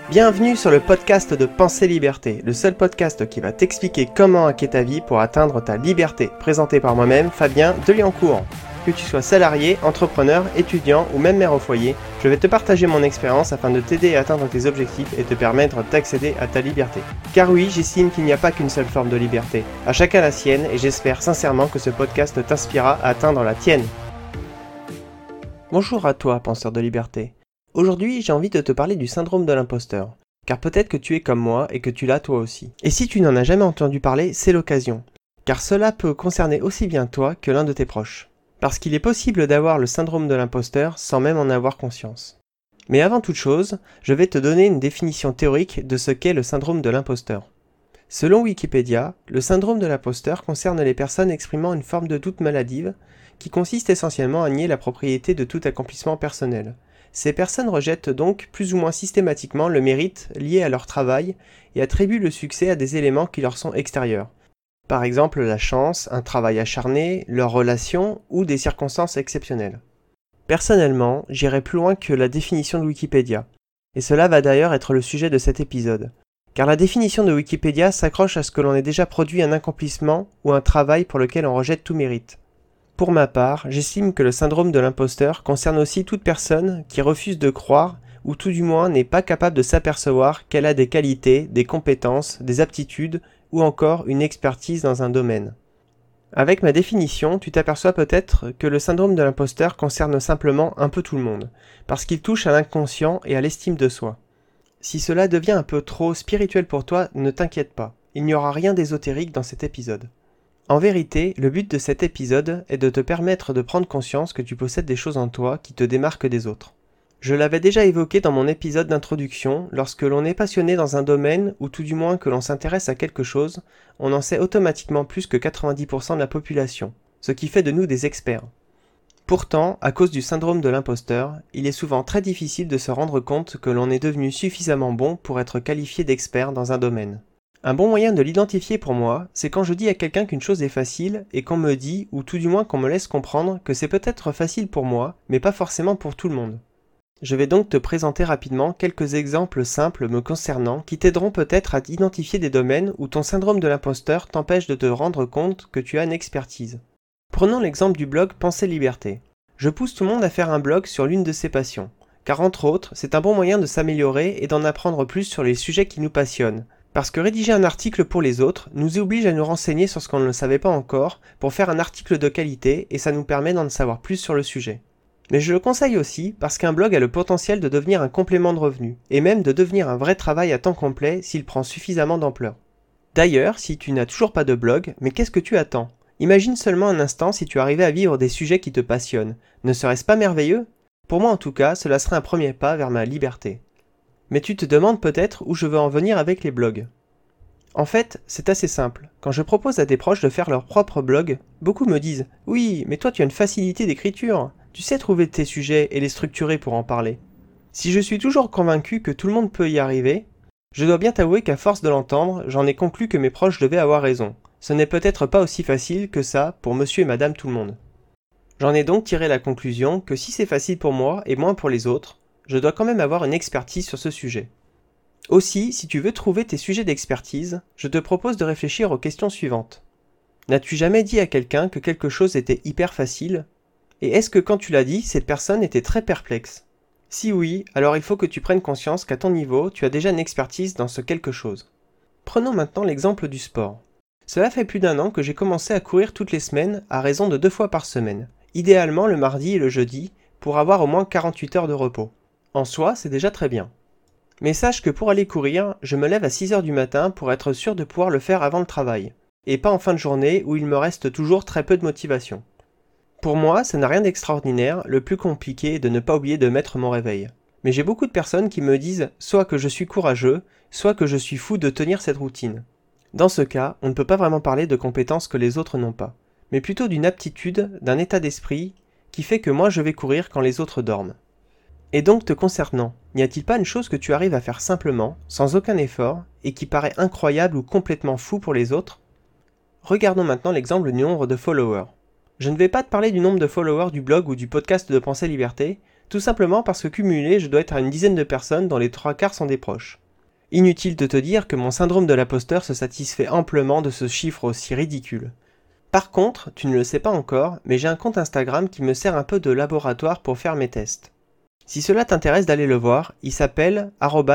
Bienvenue sur le podcast de Pensée Liberté, le seul podcast qui va t'expliquer comment hacker ta vie pour atteindre ta liberté, présenté par moi-même, Fabien Deliancourt. Que tu sois salarié, entrepreneur, étudiant ou même mère au foyer, je vais te partager mon expérience afin de t'aider à atteindre tes objectifs et te permettre d'accéder à ta liberté. Car oui, j'estime qu'il n'y a pas qu'une seule forme de liberté, à chacun la sienne et j'espère sincèrement que ce podcast t'inspirera à atteindre la tienne. Bonjour à toi, penseur de liberté. Aujourd'hui, j'ai envie de te parler du syndrome de l'imposteur, car peut-être que tu es comme moi et que tu l'as toi aussi. Et si tu n'en as jamais entendu parler, c'est l'occasion, car cela peut concerner aussi bien toi que l'un de tes proches. Parce qu'il est possible d'avoir le syndrome de l'imposteur sans même en avoir conscience. Mais avant toute chose, je vais te donner une définition théorique de ce qu'est le syndrome de l'imposteur. Selon Wikipédia, le syndrome de l'imposteur concerne les personnes exprimant une forme de doute maladive qui consiste essentiellement à nier la propriété de tout accomplissement personnel. Ces personnes rejettent donc plus ou moins systématiquement le mérite lié à leur travail et attribuent le succès à des éléments qui leur sont extérieurs. Par exemple la chance, un travail acharné, leurs relations ou des circonstances exceptionnelles. Personnellement, j'irai plus loin que la définition de Wikipédia, et cela va d'ailleurs être le sujet de cet épisode, car la définition de Wikipédia s'accroche à ce que l'on ait déjà produit un accomplissement ou un travail pour lequel on rejette tout mérite. Pour ma part, j'estime que le syndrome de l'imposteur concerne aussi toute personne qui refuse de croire ou tout du moins n'est pas capable de s'apercevoir qu'elle a des qualités, des compétences, des aptitudes ou encore une expertise dans un domaine. Avec ma définition, tu t'aperçois peut-être que le syndrome de l'imposteur concerne simplement un peu tout le monde, parce qu'il touche à l'inconscient et à l'estime de soi. Si cela devient un peu trop spirituel pour toi, ne t'inquiète pas, il n'y aura rien d'ésotérique dans cet épisode. En vérité, le but de cet épisode est de te permettre de prendre conscience que tu possèdes des choses en toi qui te démarquent des autres. Je l'avais déjà évoqué dans mon épisode d'introduction, lorsque l'on est passionné dans un domaine ou tout du moins que l'on s'intéresse à quelque chose, on en sait automatiquement plus que 90% de la population, ce qui fait de nous des experts. Pourtant, à cause du syndrome de l'imposteur, il est souvent très difficile de se rendre compte que l'on est devenu suffisamment bon pour être qualifié d'expert dans un domaine. Un bon moyen de l'identifier pour moi, c'est quand je dis à quelqu'un qu'une chose est facile et qu'on me dit, ou tout du moins qu'on me laisse comprendre que c'est peut-être facile pour moi, mais pas forcément pour tout le monde. Je vais donc te présenter rapidement quelques exemples simples me concernant qui t'aideront peut-être à identifier des domaines où ton syndrome de l'imposteur t'empêche de te rendre compte que tu as une expertise. Prenons l'exemple du blog Pensée Liberté. Je pousse tout le monde à faire un blog sur l'une de ses passions, car entre autres, c'est un bon moyen de s'améliorer et d'en apprendre plus sur les sujets qui nous passionnent. Parce que rédiger un article pour les autres nous oblige à nous renseigner sur ce qu'on ne savait pas encore pour faire un article de qualité et ça nous permet d'en savoir plus sur le sujet. Mais je le conseille aussi parce qu'un blog a le potentiel de devenir un complément de revenu, et même de devenir un vrai travail à temps complet s'il prend suffisamment d'ampleur. D'ailleurs, si tu n'as toujours pas de blog, mais qu'est-ce que tu attends ? Imagine seulement un instant si tu arrivais à vivre des sujets qui te passionnent. Ne serait-ce pas merveilleux ? Pour moi en tout cas, cela serait un premier pas vers ma liberté. Mais tu te demandes peut-être où je veux en venir avec les blogs. En fait, c'est assez simple. Quand je propose à des proches de faire leur propre blog, beaucoup me disent « Oui, mais toi tu as une facilité d'écriture. Tu sais trouver tes sujets et les structurer pour en parler. » Si je suis toujours convaincu que tout le monde peut y arriver, je dois bien t'avouer qu'à force de l'entendre, j'en ai conclu que mes proches devaient avoir raison. Ce n'est peut-être pas aussi facile que ça pour monsieur et madame tout le monde. J'en ai donc tiré la conclusion que si c'est facile pour moi et moins pour les autres, je dois quand même avoir une expertise sur ce sujet. Aussi, si tu veux trouver tes sujets d'expertise, je te propose de réfléchir aux questions suivantes. N'as-tu jamais dit à quelqu'un que quelque chose était hyper facile ? Et est-ce que quand tu l'as dit, cette personne était très perplexe ? Si oui, alors il faut que tu prennes conscience qu'à ton niveau, tu as déjà une expertise dans ce quelque chose. Prenons maintenant l'exemple du sport. Cela fait plus d'1 an que j'ai commencé à courir toutes les semaines à raison de 2 fois par semaine, idéalement le mardi et le jeudi, pour avoir au moins 48 heures de repos. En soi, c'est déjà très bien. Mais sache que pour aller courir, je me lève à 6 heures du matin pour être sûr de pouvoir le faire avant le travail, et pas en fin de journée où il me reste toujours très peu de motivation. Pour moi, ça n'a rien d'extraordinaire, le plus compliqué est de ne pas oublier de mettre mon réveil. Mais j'ai beaucoup de personnes qui me disent soit que je suis courageux, soit que je suis fou de tenir cette routine. Dans ce cas, on ne peut pas vraiment parler de compétences que les autres n'ont pas, mais plutôt d'une aptitude, d'un état d'esprit, qui fait que moi je vais courir quand les autres dorment. Et donc te concernant, n'y a-t-il pas une chose que tu arrives à faire simplement, sans aucun effort, et qui paraît incroyable ou complètement fou pour les autres ? Regardons maintenant l'exemple du nombre de followers. Je ne vais pas te parler du nombre de followers du blog ou du podcast de Pensée Liberté, Tout simplement parce que cumulé, je dois être à une dizaine de personnes dont les 3/4 sont des proches. Inutile de te dire que mon syndrome de l'imposteur se satisfait amplement de ce chiffre aussi ridicule. Par contre, tu ne le sais pas encore, mais j'ai un compte Instagram qui me sert un peu de laboratoire pour faire mes tests. Si cela t'intéresse d'aller le voir, il s'appelle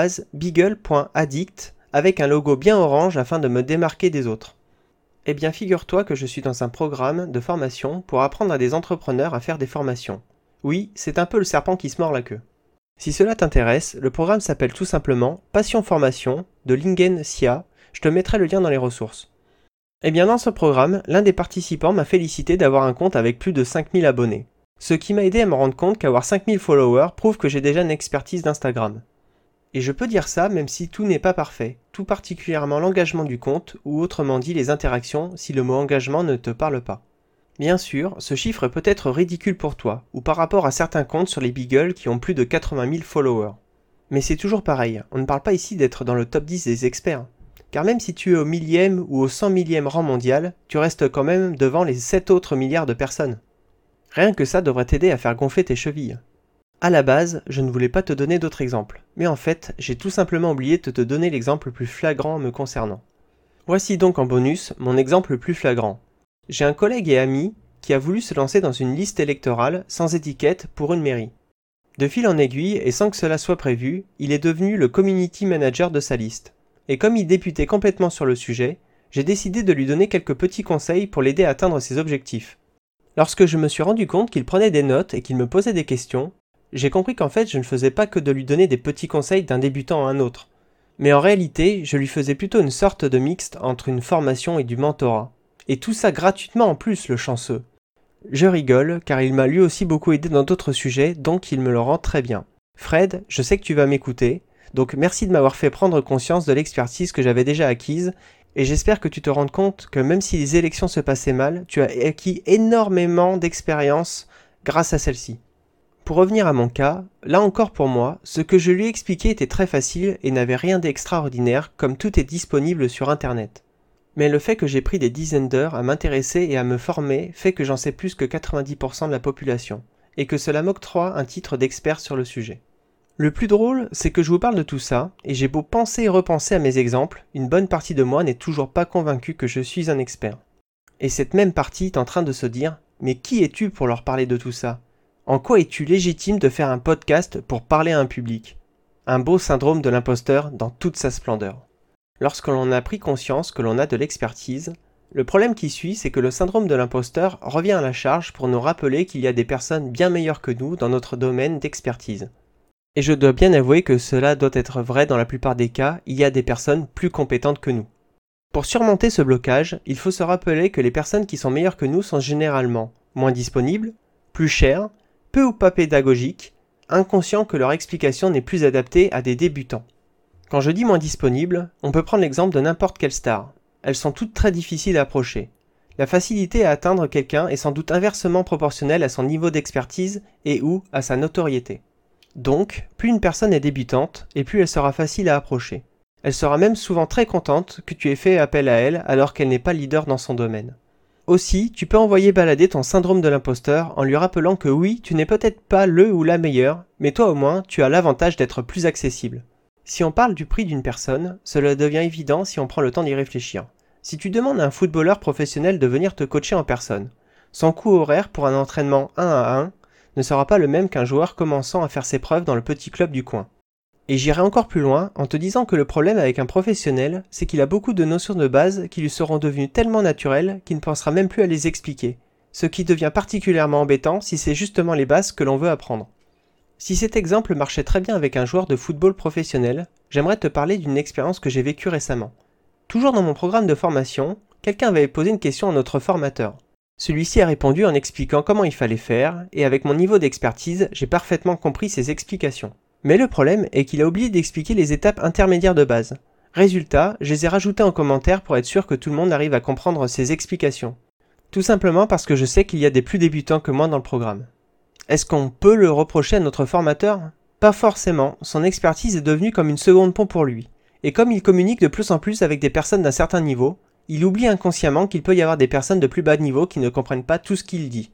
@beagle.addict avec un logo bien orange afin de me démarquer des autres. Eh bien, figure-toi que je suis dans un programme de formation pour apprendre à des entrepreneurs à faire des formations. Oui, c'est un peu le serpent qui se mord la queue. Si cela t'intéresse, le programme s'appelle tout simplement Passion Formation de Lingen Sia, je te mettrai le lien dans les ressources. Eh bien, dans ce programme, l'un des participants m'a félicité d'avoir un compte avec plus de 5000 abonnés. Ce qui m'a aidé à me rendre compte qu'avoir 5000 followers prouve que j'ai déjà une expertise d'Instagram. Et je peux dire ça même si tout n'est pas parfait, tout particulièrement l'engagement du compte, ou autrement dit les interactions si le mot engagement ne te parle pas. Bien sûr, ce chiffre peut être ridicule pour toi, ou par rapport à certains comptes sur les Beagle qui ont plus de 80 000 followers. Mais c'est toujours pareil, on ne parle pas ici d'être dans le top 10 des experts. Car même si tu es au millième ou au 100 millième rang mondial, tu restes quand même devant les 7 autres milliards de personnes. Rien que ça devrait t'aider à faire gonfler tes chevilles. À la base, je ne voulais pas te donner d'autres exemples, mais en fait, j'ai tout simplement oublié de te donner l'exemple le plus flagrant me concernant. Voici donc en bonus mon exemple le plus flagrant. J'ai un collègue et ami qui a voulu se lancer dans une liste électorale sans étiquette pour une mairie. De fil en aiguille et sans que cela soit prévu, il est devenu le community manager de sa liste. Et comme il débutait complètement sur le sujet, j'ai décidé de lui donner quelques petits conseils pour l'aider à atteindre ses objectifs. Lorsque je me suis rendu compte qu'il prenait des notes et qu'il me posait des questions, j'ai compris qu'en fait je ne faisais pas que de lui donner des petits conseils d'un débutant à un autre. Mais en réalité, je lui faisais plutôt une sorte de mixte entre une formation et du mentorat. Et tout ça gratuitement en plus, le chanceux. Je rigole, car il m'a lui aussi beaucoup aidé dans d'autres sujets, donc il me le rend très bien. Fred, je sais que tu vas m'écouter, donc merci de m'avoir fait prendre conscience de l'expertise que j'avais déjà acquise, et j'espère que tu te rends compte que même si les élections se passaient mal, tu as acquis énormément d'expérience grâce à celle-ci. Pour revenir à mon cas, là encore pour moi, ce que je lui ai expliqué était très facile et n'avait rien d'extraordinaire comme tout est disponible sur internet. Mais le fait que j'ai pris des dizaines d'heures à m'intéresser et à me former fait que j'en sais plus que 90% de la population, et que cela m'octroie un titre d'expert sur le sujet. Le plus drôle, c'est que je vous parle de tout ça, et j'ai beau penser et repenser à mes exemples, une bonne partie de moi n'est toujours pas convaincue que je suis un expert. Et cette même partie est en train de se dire « Mais qui es-tu pour leur parler de tout ça ? En quoi es-tu légitime de faire un podcast pour parler à un public ?» Un beau syndrome de l'imposteur dans toute sa splendeur. Lorsque l'on a pris conscience que l'on a de l'expertise, le problème qui suit, c'est que le syndrome de l'imposteur revient à la charge pour nous rappeler qu'il y a des personnes bien meilleures que nous dans notre domaine d'expertise. Et je dois bien avouer que cela doit être vrai dans la plupart des cas, il y a des personnes plus compétentes que nous. Pour surmonter ce blocage, il faut se rappeler que les personnes qui sont meilleures que nous sont généralement moins disponibles, plus chères, peu ou pas pédagogiques, inconscients que leur explication n'est plus adaptée à des débutants. Quand je dis moins disponibles, on peut prendre l'exemple de n'importe quelle star. Elles sont toutes très difficiles à approcher. La facilité à atteindre quelqu'un est sans doute inversement proportionnelle à son niveau d'expertise et ou à sa notoriété. Donc, plus une personne est débutante, et plus elle sera facile à approcher. Elle sera même souvent très contente que tu aies fait appel à elle alors qu'elle n'est pas leader dans son domaine. Aussi, tu peux envoyer balader ton syndrome de l'imposteur en lui rappelant que oui, tu n'es peut-être pas le ou la meilleure, mais toi au moins, tu as l'avantage d'être plus accessible. Si on parle du prix d'une personne, cela devient évident si on prend le temps d'y réfléchir. Si tu demandes à un footballeur professionnel de venir te coacher en personne, son coût horaire pour un entraînement 1 à 1 ne sera pas le même qu'un joueur commençant à faire ses preuves dans le petit club du coin. Et j'irai encore plus loin en te disant que le problème avec un professionnel, c'est qu'il a beaucoup de notions de base qui lui seront devenues tellement naturelles qu'il ne pensera même plus à les expliquer, ce qui devient particulièrement embêtant si c'est justement les bases que l'on veut apprendre. Si cet exemple marchait très bien avec un joueur de football professionnel, j'aimerais te parler d'une expérience que j'ai vécue récemment. Toujours dans mon programme de formation, quelqu'un avait posé une question à notre formateur. Celui-ci a répondu en expliquant comment il fallait faire, et avec mon niveau d'expertise, j'ai parfaitement compris ses explications. Mais le problème est qu'il a oublié d'expliquer les étapes intermédiaires de base. Résultat, je les ai rajoutées en commentaire pour être sûr que tout le monde arrive à comprendre ses explications. Tout simplement parce que je sais qu'il y a des plus débutants que moi dans le programme. Est-ce qu'on peut le reprocher à notre formateur ? Pas forcément, son expertise est devenue comme une seconde pompe pour lui. Et comme il communique de plus en plus avec des personnes d'un certain niveau, il oublie inconsciemment qu'il peut y avoir des personnes de plus bas niveau qui ne comprennent pas tout ce qu'il dit.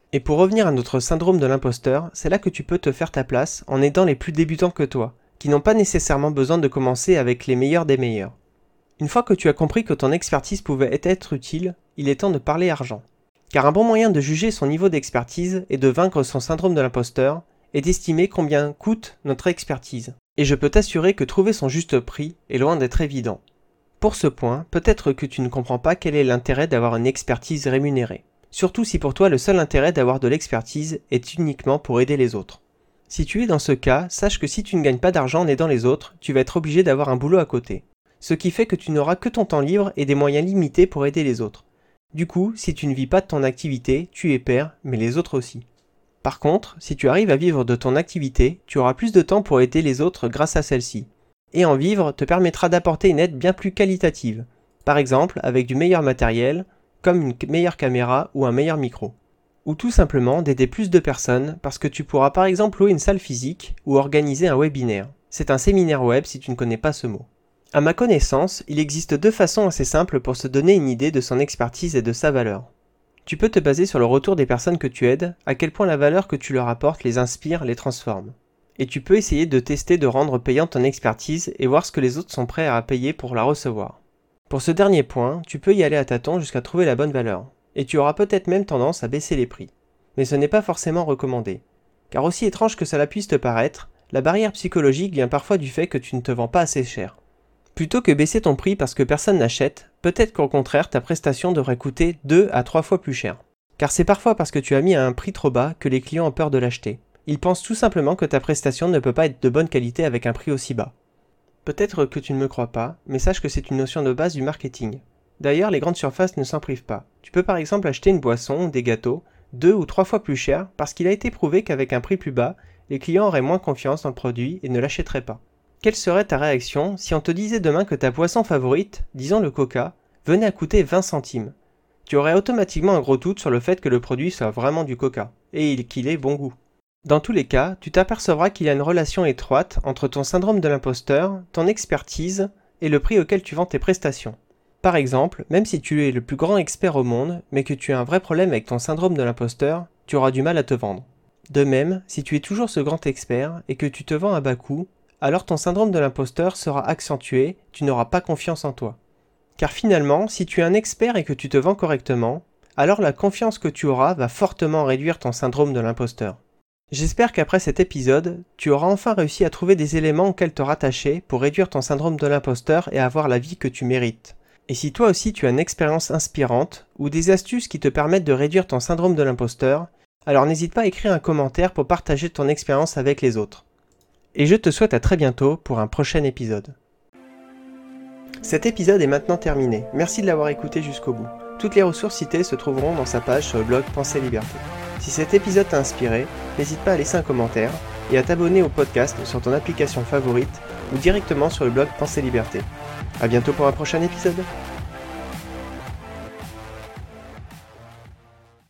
Et pour revenir à notre syndrome de l'imposteur, c'est là que tu peux te faire ta place en aidant les plus débutants que toi, qui n'ont pas nécessairement besoin de commencer avec les meilleurs des meilleurs. Une fois que tu as compris que ton expertise pouvait être utile, il est temps de parler argent. Car un bon moyen de juger son niveau d'expertise et de vaincre son syndrome de l'imposteur est d'estimer combien coûte notre expertise. Et je peux t'assurer que trouver son juste prix est loin d'être évident. Pour ce point, peut-être que tu ne comprends pas quel est l'intérêt d'avoir une expertise rémunérée. Surtout si pour toi le seul intérêt d'avoir de l'expertise est uniquement pour aider les autres. Si tu es dans ce cas, sache que si tu ne gagnes pas d'argent en aidant les autres, tu vas être obligé d'avoir un boulot à côté. Ce qui fait que tu n'auras que ton temps libre et des moyens limités pour aider les autres. Du coup, si tu ne vis pas de ton activité, tu es père, mais les autres aussi. Par contre, si tu arrives à vivre de ton activité, tu auras plus de temps pour aider les autres grâce à celle-ci. Et en vivre te permettra d'apporter une aide bien plus qualitative. Par exemple, avec du meilleur matériel, comme une meilleure caméra ou un meilleur micro. Ou tout simplement d'aider plus de personnes parce que tu pourras par exemple louer une salle physique ou organiser un webinaire. C'est un séminaire web si tu ne connais pas ce mot. À ma connaissance, il existe 2 façons assez simples pour se donner une idée de son expertise et de sa valeur. Tu peux te baser sur le retour des personnes que tu aides, à quel point la valeur que tu leur apportes les inspire, les transforme. Et tu peux essayer de tester de rendre payante ton expertise et voir ce que les autres sont prêts à payer pour la recevoir. Pour ce dernier point, tu peux y aller à tâtons jusqu'à trouver la bonne valeur, et tu auras peut-être même tendance à baisser les prix. Mais ce n'est pas forcément recommandé. Car aussi étrange que cela puisse te paraître, la barrière psychologique vient parfois du fait que tu ne te vends pas assez cher. Plutôt que baisser ton prix parce que personne n'achète, peut-être qu'au contraire ta prestation devrait coûter 2 à 3 fois plus cher. Car c'est parfois parce que tu as mis à un prix trop bas que les clients ont peur de l'acheter. Ils pensent tout simplement que ta prestation ne peut pas être de bonne qualité avec un prix aussi bas. Peut-être que tu ne me crois pas, mais sache que c'est une notion de base du marketing. D'ailleurs, les grandes surfaces ne s'en privent pas. Tu peux par exemple acheter une boisson ou des gâteaux 2 ou 3 fois plus cher parce qu'il a été prouvé qu'avec un prix plus bas, les clients auraient moins confiance dans le produit et ne l'achèteraient pas. Quelle serait ta réaction si on te disait demain que ta boisson favorite, disons le Coca, venait à coûter 20 centimes? Tu aurais automatiquement un gros doute sur le fait que le produit soit vraiment du Coca, et qu'il ait bon goût. Dans tous les cas, tu t'apercevras qu'il y a une relation étroite entre ton syndrome de l'imposteur, ton expertise et le prix auquel tu vends tes prestations. Par exemple, même si tu es le plus grand expert au monde, mais que tu as un vrai problème avec ton syndrome de l'imposteur, tu auras du mal à te vendre. De même, si tu es toujours ce grand expert et que tu te vends à bas coût, alors ton syndrome de l'imposteur sera accentué, tu n'auras pas confiance en toi. Car finalement, si tu es un expert et que tu te vends correctement, alors la confiance que tu auras va fortement réduire ton syndrome de l'imposteur. J'espère qu'après cet épisode, tu auras enfin réussi à trouver des éléments auxquels te rattacher pour réduire ton syndrome de l'imposteur et avoir la vie que tu mérites. Et si toi aussi tu as une expérience inspirante ou des astuces qui te permettent de réduire ton syndrome de l'imposteur, alors n'hésite pas à écrire un commentaire pour partager ton expérience avec les autres. Et je te souhaite à très bientôt pour un prochain épisode. Cet épisode est maintenant terminé. Merci de l'avoir écouté jusqu'au bout. Toutes les ressources citées se trouveront dans sa page sur le blog Pensée Liberté. Si cet épisode t'a inspiré, n'hésite pas à laisser un commentaire et à t'abonner au podcast sur ton application favorite ou directement sur le blog Pensée Liberté. À bientôt pour un prochain épisode.